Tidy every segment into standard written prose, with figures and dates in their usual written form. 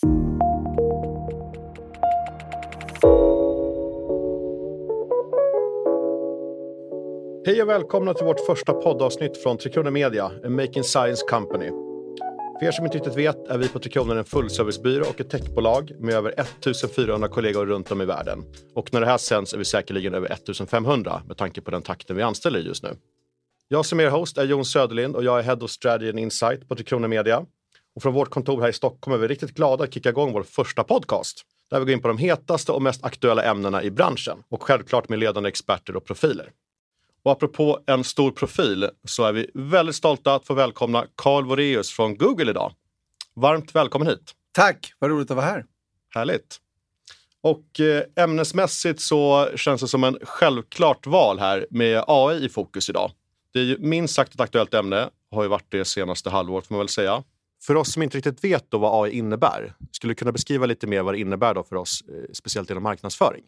Hej och välkomna till vårt första poddavsnitt från Tre Kronor Media, en Making Science Company. För er som inte riktigt vet är vi på Tre Kronor en fullservicebyrå och ett techbolag med över 1400 kollegor runt om i världen. Och när det här sänds är vi säkerligen över 1500 med tanke på den takten vi anställer just nu. Jag som er host är Jon Söderlind och jag är Head of Strategy and Insight på Tre Kronor Media. Och från vårt kontor här i Stockholm är vi riktigt glada att kicka igång vår första podcast. Där vi går in på de hetaste och mest aktuella ämnena i branschen. Och självklart med ledande experter och profiler. Och apropå en stor profil så är vi väldigt stolta att få välkomna Carl Woreus från Google idag. Varmt välkommen hit. Tack, vad roligt att vara här. Härligt. Och ämnesmässigt så känns det som en självklart val här med AI i fokus idag. Det är ju minst sagt ett aktuellt ämne, har ju varit det senaste halvåret får man väl säga. För oss som inte riktigt vet då vad AI innebär, skulle du kunna beskriva lite mer vad det innebär då för oss, speciellt inom marknadsföring?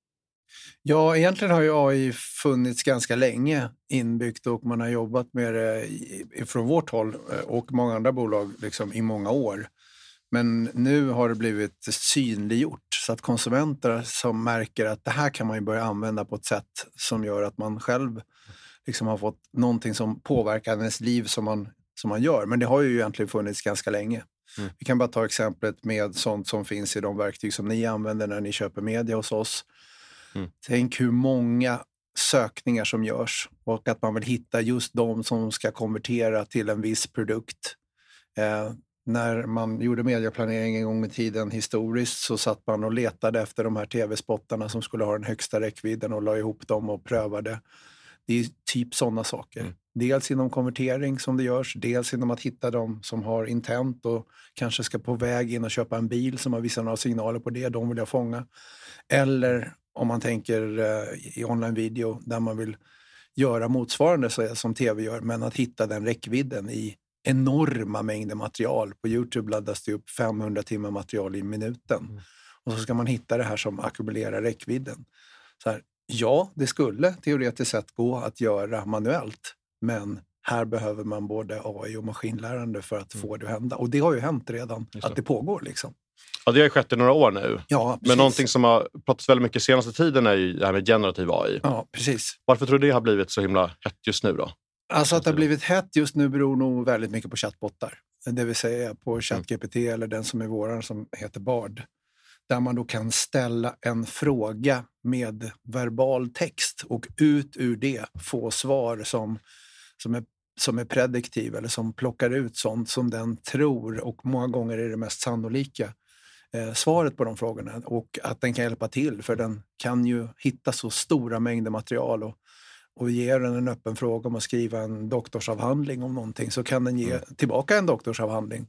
Ja, egentligen har ju AI funnits ganska länge inbyggt och man har jobbat med det från vårt håll och många andra bolag liksom i många år. Men nu har det blivit synliggjort så att konsumenter som märker att det här kan man ju börja använda på ett sätt som gör att man själv liksom har fått någonting som påverkar ens liv som man gör. Men det har ju egentligen funnits ganska länge. Mm. Vi kan bara ta exemplet med sånt som finns i de verktyg som ni använder när ni köper media hos oss. Mm. Tänk hur många sökningar som görs och att man vill hitta just de som ska konvertera till en viss produkt. När man gjorde mediaplanering en gång i tiden historiskt så satt man och letade efter de här tv-spottarna som skulle ha den högsta räckvidden och la ihop dem och prövade. Det är typ sådana saker. Mm. Dels inom konvertering som det görs, dels inom att hitta de som har intent och kanske ska på väg in och köpa en bil som har vissa några signaler på det, de vill jag fånga. Eller om man tänker i online video där man vill göra motsvarande som tv gör, men att hitta den räckvidden i enorma mängder material. På YouTube laddas det upp 500 timmar material i minuten. Mm. Och så ska man hitta det här som ackumulerar räckvidden. Så här, ja, det skulle teoretiskt sett gå att göra manuellt, men här behöver man både AI och maskinlärande för att få det att hända. Och det har ju hänt redan, att det pågår liksom. Ja, det har ju skett i några år nu. Ja, men någonting som har pratats väldigt mycket senaste tiden är ju det här med generativ AI. Ja, precis. Varför tror du det har blivit så himla hett just nu då? Alltså att det har blivit hett just nu beror nog väldigt mycket på chattbottar. Det vill säga på ChatGPT eller den som är våran som heter Bard. Där man då kan ställa en fråga med verbal text och ut ur det få svar som är prediktiv eller som plockar ut sånt som den tror och många gånger är det mest sannolika svaret på de frågorna och att den kan hjälpa till för den kan ju hitta så stora mängder material och ger den en öppen fråga om att skriva en doktorsavhandling om någonting så kan den ge tillbaka en doktorsavhandling.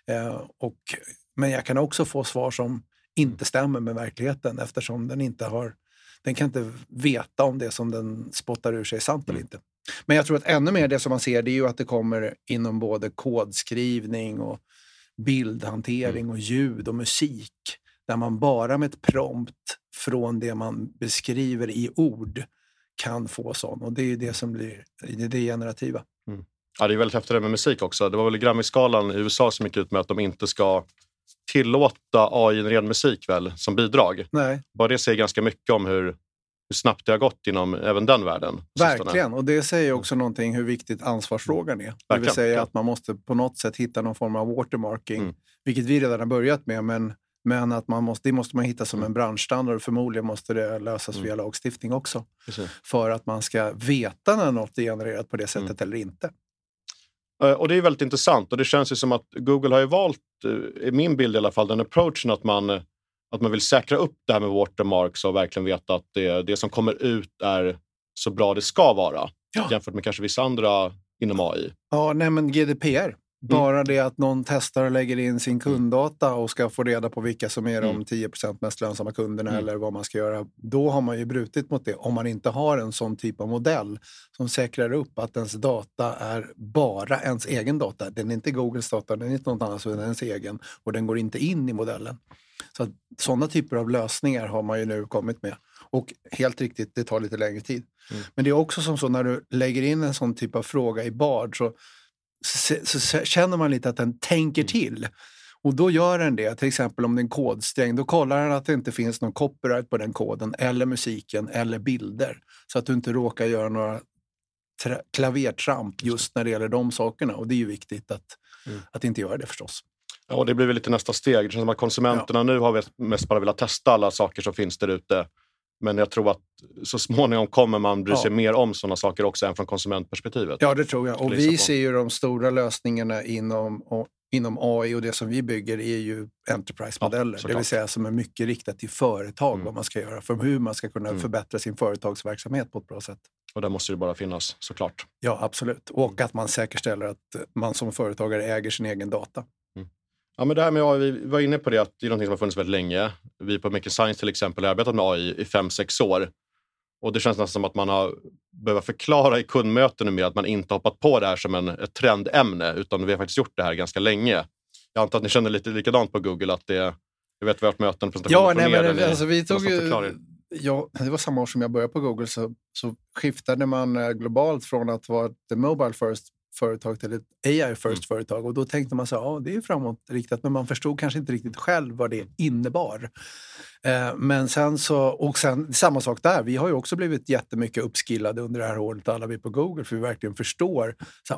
Men jag kan också få svar som inte stämmer med verkligheten eftersom den kan inte veta om det som den spottar ur sig är sant eller inte. Men jag tror att ännu mer det som man ser det är ju att det kommer inom både kodskrivning och bildhantering och ljud och musik där man bara med ett prompt från det man beskriver i ord kan få sån. Och det är det som blir det generativa. Mm. Ja, det är väldigt häftigt det med musik också. Det var väl Grammy-skalan i USA som gick ut med att de inte ska tillåta AI-genererad musik väl som bidrag. Nej. Bara det säger ganska mycket om hur snabbt det har gått inom även den världen. Verkligen, och det säger också någonting hur viktigt ansvarsfrågan är. Det vill säga att man måste på något sätt hitta någon form av watermarking. Vilket vi redan har börjat med, men att det måste man hitta som en branschstandard och förmodligen måste det lösas via lagstiftning också. Precis. För att man ska veta när något är genererat på det sättet eller inte. Och det är väldigt intressant och det känns ju som att Google har ju valt, i min bild i alla fall, den approachen att man vill säkra upp det här med watermarks och verkligen veta att det som kommer ut är så bra det ska vara jämfört med kanske vissa andra inom AI. Ja, nej men GDPR. Bara det att någon testar och lägger in sin kunddata och ska få reda på vilka som är de 10% mest lönsamma kunderna eller vad man ska göra. Då har man ju brutit mot det. Om man inte har en sån typ av modell som säkrar upp att ens data är bara ens egen data. Den är inte Googles data, den är inte något annat än ens egen. Och den går inte in i modellen. Så att sådana typer av lösningar har man ju nu kommit med. Och helt riktigt, det tar lite längre tid. Men det är också som så när du lägger in en sån typ av fråga i Bard så känner man lite att den tänker till. Och då gör den det, till exempel om det är en kodsträng, då kollar den att det inte finns någon copyright på den koden, eller musiken, eller bilder. Så att du inte råkar göra några klavertramp just när det gäller de sakerna. Och det är ju viktigt att inte göra det förstås. Ja, och det blir väl lite nästa steg. Det känns som att konsumenterna nu har mest bara velat testa alla saker som finns där ute. Men jag tror att så småningom kommer man bry sig mer om sådana saker också än från konsumentperspektivet. Ja, det tror jag. Och vi ser ju de stora lösningarna inom AI, och det som vi bygger är ju enterprise-modeller. Det vill säga som är mycket riktat till företag, vad man ska göra, för hur man ska kunna förbättra sin företagsverksamhet på ett bra sätt. Och där måste det bara finnas, såklart. Ja, absolut. Och att man säkerställer att man som företagare äger sin egen data. Ja, men det här med AI, vi var inne på det, att det är något som har funnits väldigt länge. Vi på Making Science till exempel har arbetat med AI i 5-6 år. Och det känns nästan som att man har behövt förklara i kundmöten med att man inte hoppat på det här som ett trendämne, utan vi har faktiskt gjort det här ganska länge. Jag antar att ni känner lite likadant på Google, att jag vet vi har haft möten, presentationer vi tog ju... Ja, det var samma år som jag började på Google, så skiftade man globalt från att vara ett mobile first företag till ett AI first företag, och då tänkte man så det är ju framåtriktat, men man förstod kanske inte riktigt själv vad det innebar. Men sen samma sak där, vi har ju också blivit jättemycket uppskillade under det här året, alla vi på Google, för vi verkligen förstår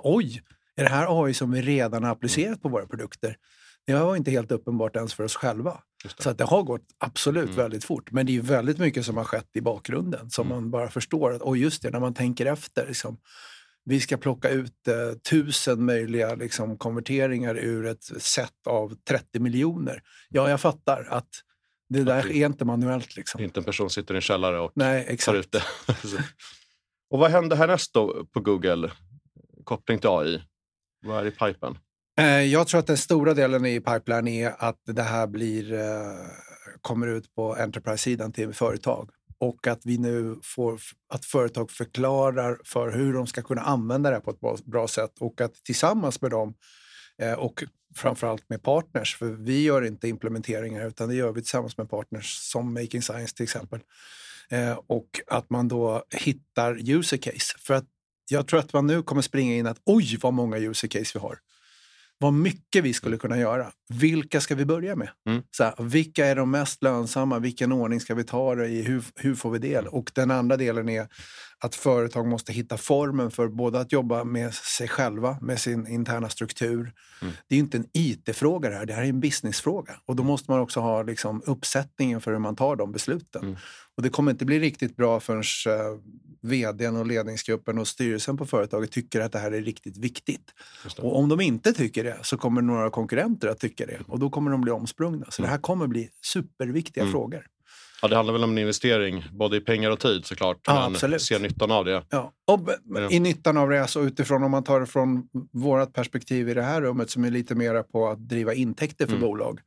är det här AI som vi redan har applicerat på våra produkter? Det var inte helt uppenbart ens för oss själva. Så att det har gått absolut väldigt fort. Men det är ju väldigt mycket som har skett i bakgrunden som man bara förstår att, just det, när man tänker efter liksom, vi ska plocka ut 1000 möjliga liksom, konverteringar ur ett set av 30 miljoner. Ja, jag fattar att det där är inte manuellt. Liksom. Inte en person sitter i en källare och tar ut det. Och vad händer härnäst då på Google? Koppling till AI. Vad är i pipen? Jag tror att den stora delen i pipeline är att det här kommer ut på enterprise-sidan till företag. Och att vi nu får att företag förklarar för hur de ska kunna använda det här på ett bra sätt. Och att tillsammans med dem och framförallt med partners, för vi gör inte implementeringar utan det gör vi tillsammans med partners som Making Science till exempel. Och att man då hittar user case. För att jag tror att man nu kommer springa in att vad många user case vi har. Vad mycket vi skulle kunna göra. Vilka ska vi börja med? Vilka är de mest lönsamma? Vilken ordning ska vi ta det i? Hur får vi del? Och den andra delen är att företag måste hitta formen för både att jobba med sig själva, med sin interna struktur. Det är inte en IT-fråga det här är en businessfråga. Och då måste man också ha liksom, uppsättningen för hur man tar de besluten. Och det kommer inte bli riktigt bra förrän vdn och ledningsgruppen och styrelsen på företaget tycker att det här är riktigt viktigt. Och om de inte tycker det så kommer några konkurrenter att tycka det. Och då kommer de bli omsprungna. Så det här kommer bli superviktiga frågor. Ja, det handlar väl om en investering, både i pengar och tid såklart. Ja, men absolut. Se nyttan av det. Ja, och i nyttan av det, så utifrån om man tar det från vårt perspektiv i det här rummet som är lite mera på att driva intäkter för bolag.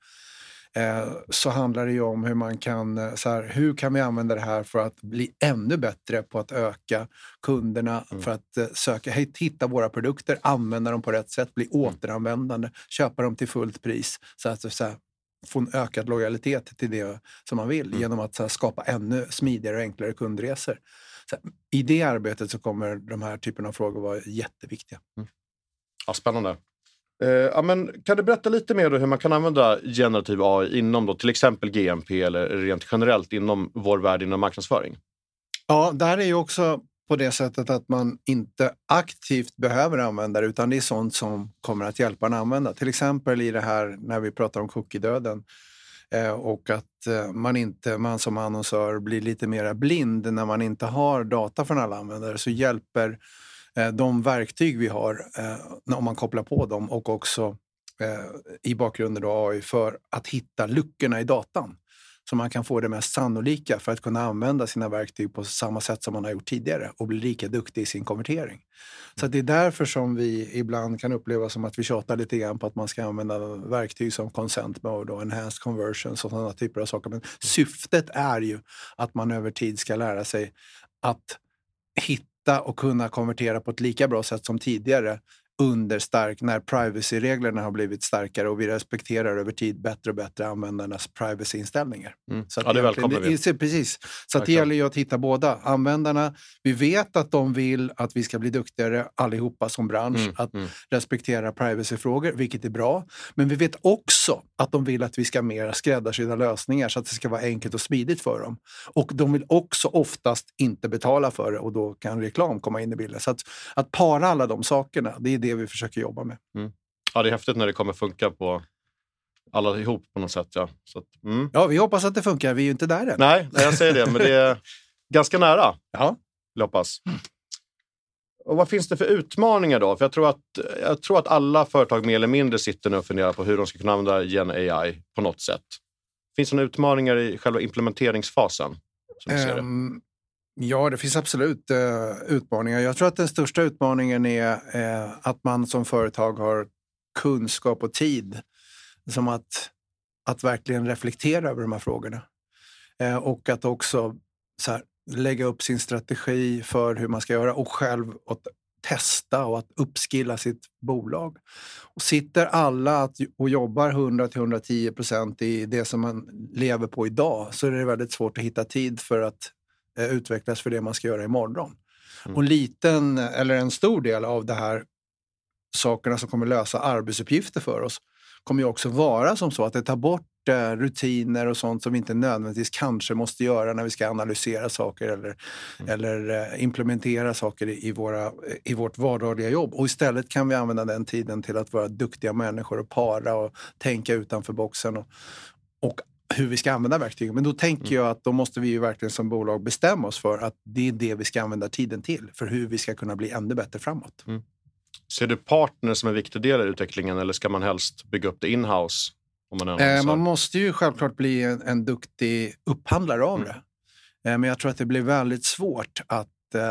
Så handlar det ju om hur man kan, hur kan vi använda det här för att bli ännu bättre på att öka kunderna, för att hitta våra produkter, använda dem på rätt sätt, bli återanvändande, köpa dem till fullt pris, så att få en ökad lojalitet till det som man vill genom att skapa ännu smidigare och enklare kundresor. I det arbetet så kommer de här typerna av frågor vara jätteviktiga. Ja, spännande. Men kan du berätta lite mer då hur man kan använda generativ AI inom då, till exempel GMP eller rent generellt inom vår värld inom marknadsföring? Ja, där är ju också på det sättet att man inte aktivt behöver använda det, utan det är sånt som kommer att hjälpa en använda. Till exempel i det här när vi pratar om cookie-döden och att man som annonsör blir lite mer blind när man inte har data från alla användare, så hjälper de verktyg vi har om man kopplar på dem och också i bakgrunden då AI för att hitta luckorna i datan. Så man kan få det mest sannolika för att kunna använda sina verktyg på samma sätt som man har gjort tidigare och bli lika duktig i sin konvertering. Så det är därför som vi ibland kan uppleva som att vi tjatar lite grann på att man ska använda verktyg som consent mode och enhanced conversions och sådana typer av saker. Men syftet är ju att man över tid ska lära sig att hitta och kunna konvertera på ett lika bra sätt som tidigare understark när privacy-reglerna har blivit starkare och vi respekterar över tid bättre och bättre användarnas privacy-inställningar. Så att det välkomnar vi. Precis. Så att det gäller ju att hitta båda. Användarna, vi vet att de vill att vi ska bli duktigare allihopa som bransch att respektera privacy-frågor, vilket är bra. Men vi vet också att de vill att vi ska mer skräddarsydda lösningar så att det ska vara enkelt och smidigt för dem. Och de vill också oftast inte betala för det och då kan reklam komma in i bilden. Så att para alla de sakerna, det är det vi försöker jobba med. Ja, det är häftigt när det kommer funka på alla ihop på något sätt. Ja, så att, ja, vi hoppas att det funkar. Vi är ju inte där än. Nej, jag säger det, men det är ganska nära. Ja. Jag hoppas. Och vad finns det för utmaningar då? För jag tror att alla företag mer eller mindre sitter nu och funderar på hur de ska kunna använda Gen AI på något sätt. Finns det några utmaningar i själva implementeringsfasen? Som du ser det? Ja, det finns absolut utmaningar. Jag tror att den största utmaningen är att man som företag har kunskap och tid som att verkligen reflektera över de här frågorna. Och att också så här, lägga upp sin strategi för hur man ska göra och själv att testa och att uppskilla sitt bolag. Och sitter alla och jobbar 100-110% i det som man lever på idag så är det väldigt svårt att hitta tid för att utvecklas för det man ska göra imorgon. Och en stor del av det här sakerna som kommer lösa arbetsuppgifter för oss kommer ju också vara som så att det tar bort rutiner och sånt som vi inte nödvändigtvis kanske måste göra när vi ska analysera saker eller implementera saker i vårt vardagliga jobb. Och istället kan vi använda den tiden till att vara duktiga människor och para och tänka utanför boxen och hur vi ska använda verktygen. Men då tänker jag att då måste vi ju verkligen som bolag bestämma oss för att det är det vi ska använda tiden till för hur vi ska kunna bli ännu bättre framåt. Ser du partner som en viktig del i utvecklingen eller ska man helst bygga upp det in-house? Man måste ju självklart bli en duktig upphandlare av det. Men jag tror att det blir väldigt svårt att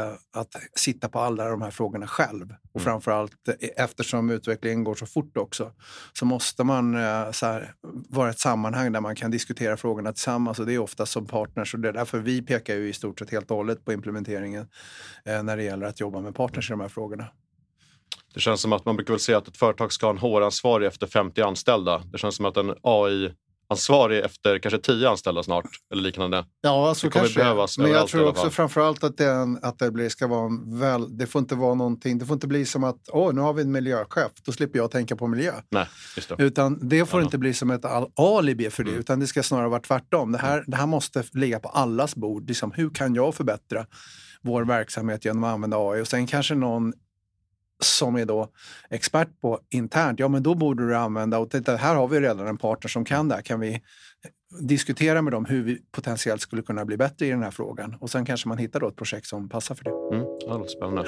sitta på alla de här frågorna själv. Och framförallt eftersom utvecklingen går så fort också så måste man vara ett sammanhang där man kan diskutera frågorna tillsammans och det är ofta som partners och det är därför vi pekar ju i stort sett helt och hållet på implementeringen när det gäller att jobba med partners i de här frågorna. Det känns som att man brukar väl säga att ett företag ska ha en HR-ansvarig efter 50 anställda. Det känns som att en AI-ansvarig efter kanske 10 anställda snart, eller liknande. Ja, så det kommer behövas. Men jag tror också framförallt att det ska vara det får inte vara någonting, det får inte bli som att nu har vi en miljöchef, då slipper jag tänka på miljö. Nej, just det. Utan det får inte bli som ett alibi för det, utan det ska snarare vara tvärtom. Det här måste ligga på allas bord. Liksom, hur kan jag förbättra vår verksamhet genom att använda AI? Och sen kanske någon som är då expert på internt, ja men då borde du använda, och titta, här har vi redan en partner som kan det här, kan vi diskutera med dem hur vi potentiellt skulle kunna bli bättre i den här frågan och sen kanske man hittar då ett projekt som passar för det. Ja, det är spännande.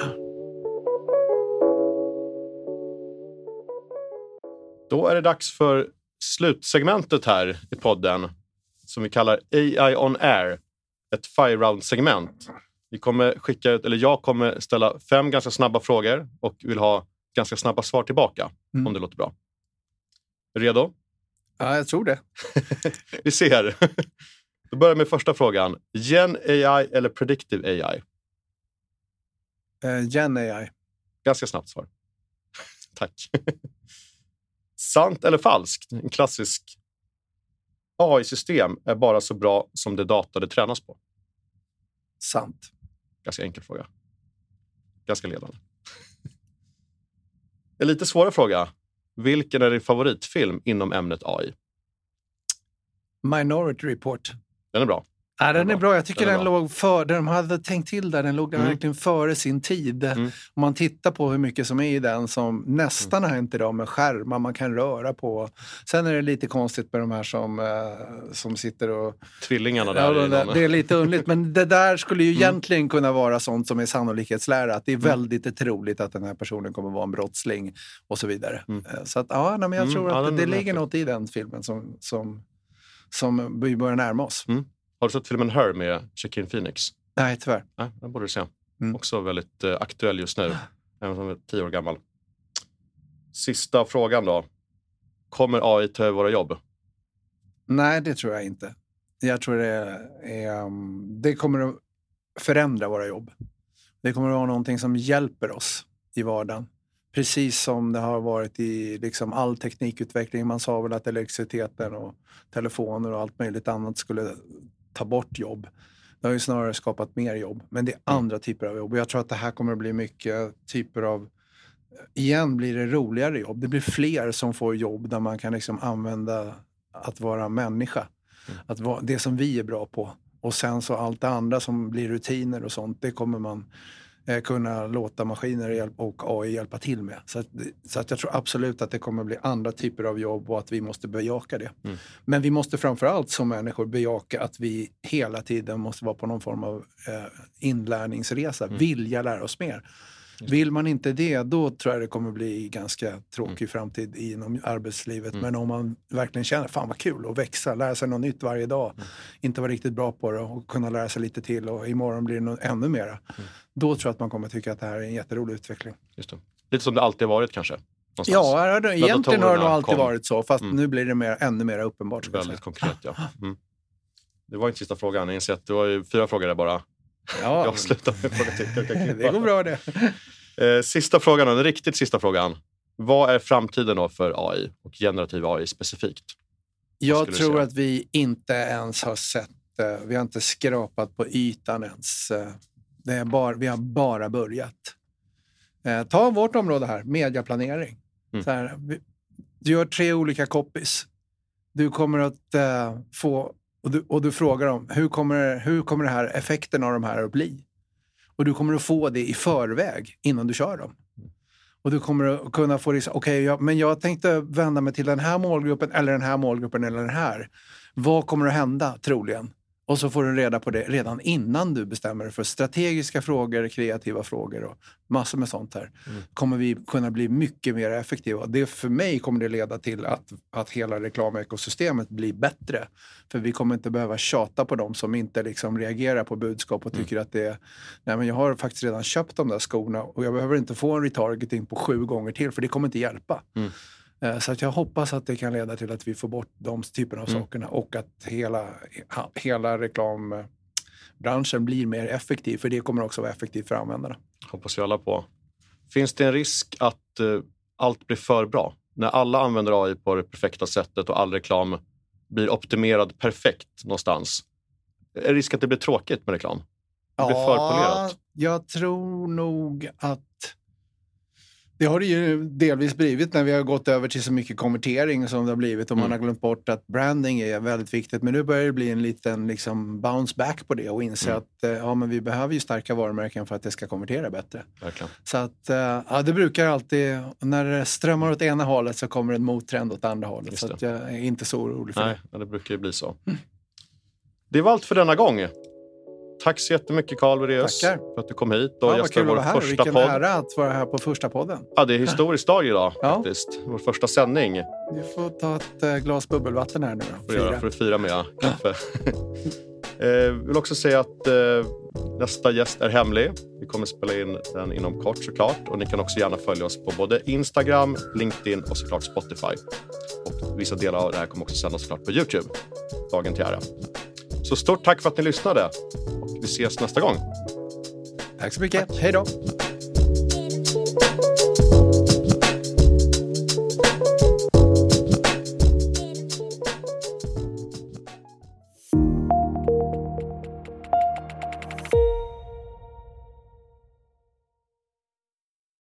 Då är det dags för slutsegmentet här i podden som vi kallar AI on Air, ett 5-round-segment. Vi kommer skicka ut, eller jag kommer ställa 5 ganska snabba frågor och vill ha ganska snabba svar tillbaka, om det låter bra. Är du redo? Ja, jag tror det. Vi ser. Då börjar med första frågan. Gen AI eller Predictive AI? Gen AI. Ganska snabbt svar. Tack. Sant eller falskt? En klassisk AI-system är bara så bra som det data det tränas på. Sant. Ganska enkel fråga. Ganska ledande. En lite svårare fråga. Vilken är din favoritfilm inom ämnet AI? Minority Report. Den är bra. Ja, den är bra. Jag tycker den låg för, de hade tänkt till där, den låg verkligen före sin tid. Om man tittar på hur mycket som är i den som nästan har hänt idag med skärmar man kan röra på. Sen är det lite konstigt med de här som sitter och... Tvillingarna där. Det är lite underligt, men det där skulle ju egentligen kunna vara sånt som är sannolikhetslära. Att det är väldigt troligt att den här personen kommer vara en brottsling och så vidare. Så att, men jag tror att det ligger något i den filmen som vi börjar närma oss. Har du sett filmen Her med Joaquin Phoenix? Nej, tyvärr. Nej, den borde du se. Också väldigt aktuell just nu. Även om den är 10 år gammal. Sista frågan då. Kommer AI ta över våra jobb? Nej, det tror jag inte. Jag tror det kommer att förändra våra jobb. Det kommer att vara någonting som hjälper oss i vardagen. Precis som det har varit i liksom all teknikutveckling. Man sa väl att elektriciteten och telefoner och allt möjligt annat skulle ta bort jobb. Det har ju snarare skapat mer jobb. Men det är andra typer av jobb. Och jag tror att det här kommer att bli mycket typer av... Igen blir det roligare jobb. Det blir fler som får jobb där man kan liksom använda att vara människa. Att vara det som vi är bra på. Och sen så allt det andra som blir rutiner och sånt, det kommer man kunna låta maskiner och AI hjälpa till med. Så att jag tror absolut att det kommer bli andra typer av jobb och att vi måste bejaka det. Men vi måste framförallt som människor bejaka att vi hela tiden måste vara på någon form av inlärningsresa. Vilja lära oss mer. Vill man inte det, då tror jag det kommer bli ganska tråkig framtid inom arbetslivet. Men om man verkligen känner, fan vad kul att växa, lära sig något nytt varje dag. Inte vara riktigt bra på det och kunna lära sig lite till och imorgon blir det något ännu mera. Då tror jag att man kommer tycka att det här är en jätterolig utveckling. Just det. Lite som det alltid har varit kanske? Någonstans. Ja, egentligen har det nog alltid varit så. Fast nu blir det ännu mer uppenbart. Väldigt konkret, ja. Det var inte sista frågan. Jag inser att det var ju 4 frågor där bara. Ja, jag slutar med frågan. det går bra det. Sista frågan, den riktigt sista frågan. Vad är framtiden då för AI och generativ AI specifikt? Jag tror att vi inte ens har sett, vi har inte skrapat på ytan ens. Vi har bara börjat. Ta vårt område här, mediaplanering. Så här, du gör 3 olika copies. Du kommer att få... Och du frågar dem, hur kommer det här effekten av de här att bli? Och du kommer att få det i förväg innan du kör dem. Och du kommer att kunna få det, men jag tänkte vända mig till den här målgruppen eller den här målgruppen eller den här. Vad kommer att hända troligen? Och så får du reda på det redan innan du bestämmer dig för strategiska frågor, kreativa frågor och massor med sånt här. Kommer vi kunna bli mycket mer effektiva. Det för mig kommer det leda till att hela reklamekosystemet blir bättre. För vi kommer inte behöva tjata på dem som inte liksom reagerar på budskap och tycker att det är, nej men jag har faktiskt redan köpt de där skorna och jag behöver inte få en retargeting på 7 gånger till för det kommer inte hjälpa. Så att jag hoppas att det kan leda till att vi får bort de typerna av sakerna och att hela reklambranschen blir mer effektiv. För det kommer också vara effektivt för användarna. Hoppas vi alla på. Finns det en risk att allt blir för bra? När alla använder AI på det perfekta sättet och all reklam blir optimerad perfekt någonstans. Är det risk att det blir tråkigt med reklam? Det blir för polerat? Jag tror nog att det har det ju delvis blivit när vi har gått över till så mycket konvertering som det har blivit och man har glömt bort att branding är väldigt viktigt. Men nu börjar det bli en liten liksom bounce back på det och inse att men vi behöver ju starka varumärken för att det ska konvertera bättre. Verkligen. Så att det brukar alltid, när det strömmar åt ena hållet så kommer en mottrend åt andra hållet. Just så att jag är inte så orolig för det. Nej, det brukar ju bli så. Det var allt för denna gång. Tack så jättemycket Carl Wereus för att du kom hit och gästade vår första podd. Vilken ära att vara här på första podden. Ja, det är historisk dag idag faktiskt. Vår första sändning. Vi får ta ett glas bubbelvatten här nu då. För att fira med kaffe. Vill också säga att nästa gäst är hemlig. Vi kommer spela in den inom kort såklart. Och ni kan också gärna följa oss på både Instagram, LinkedIn och såklart Spotify. Och vissa delar av det här kommer också sändas såklart på YouTube. Dagen till ära. Så stort tack för att ni lyssnade. Och vi ses nästa gång. Tack så mycket. Hej då.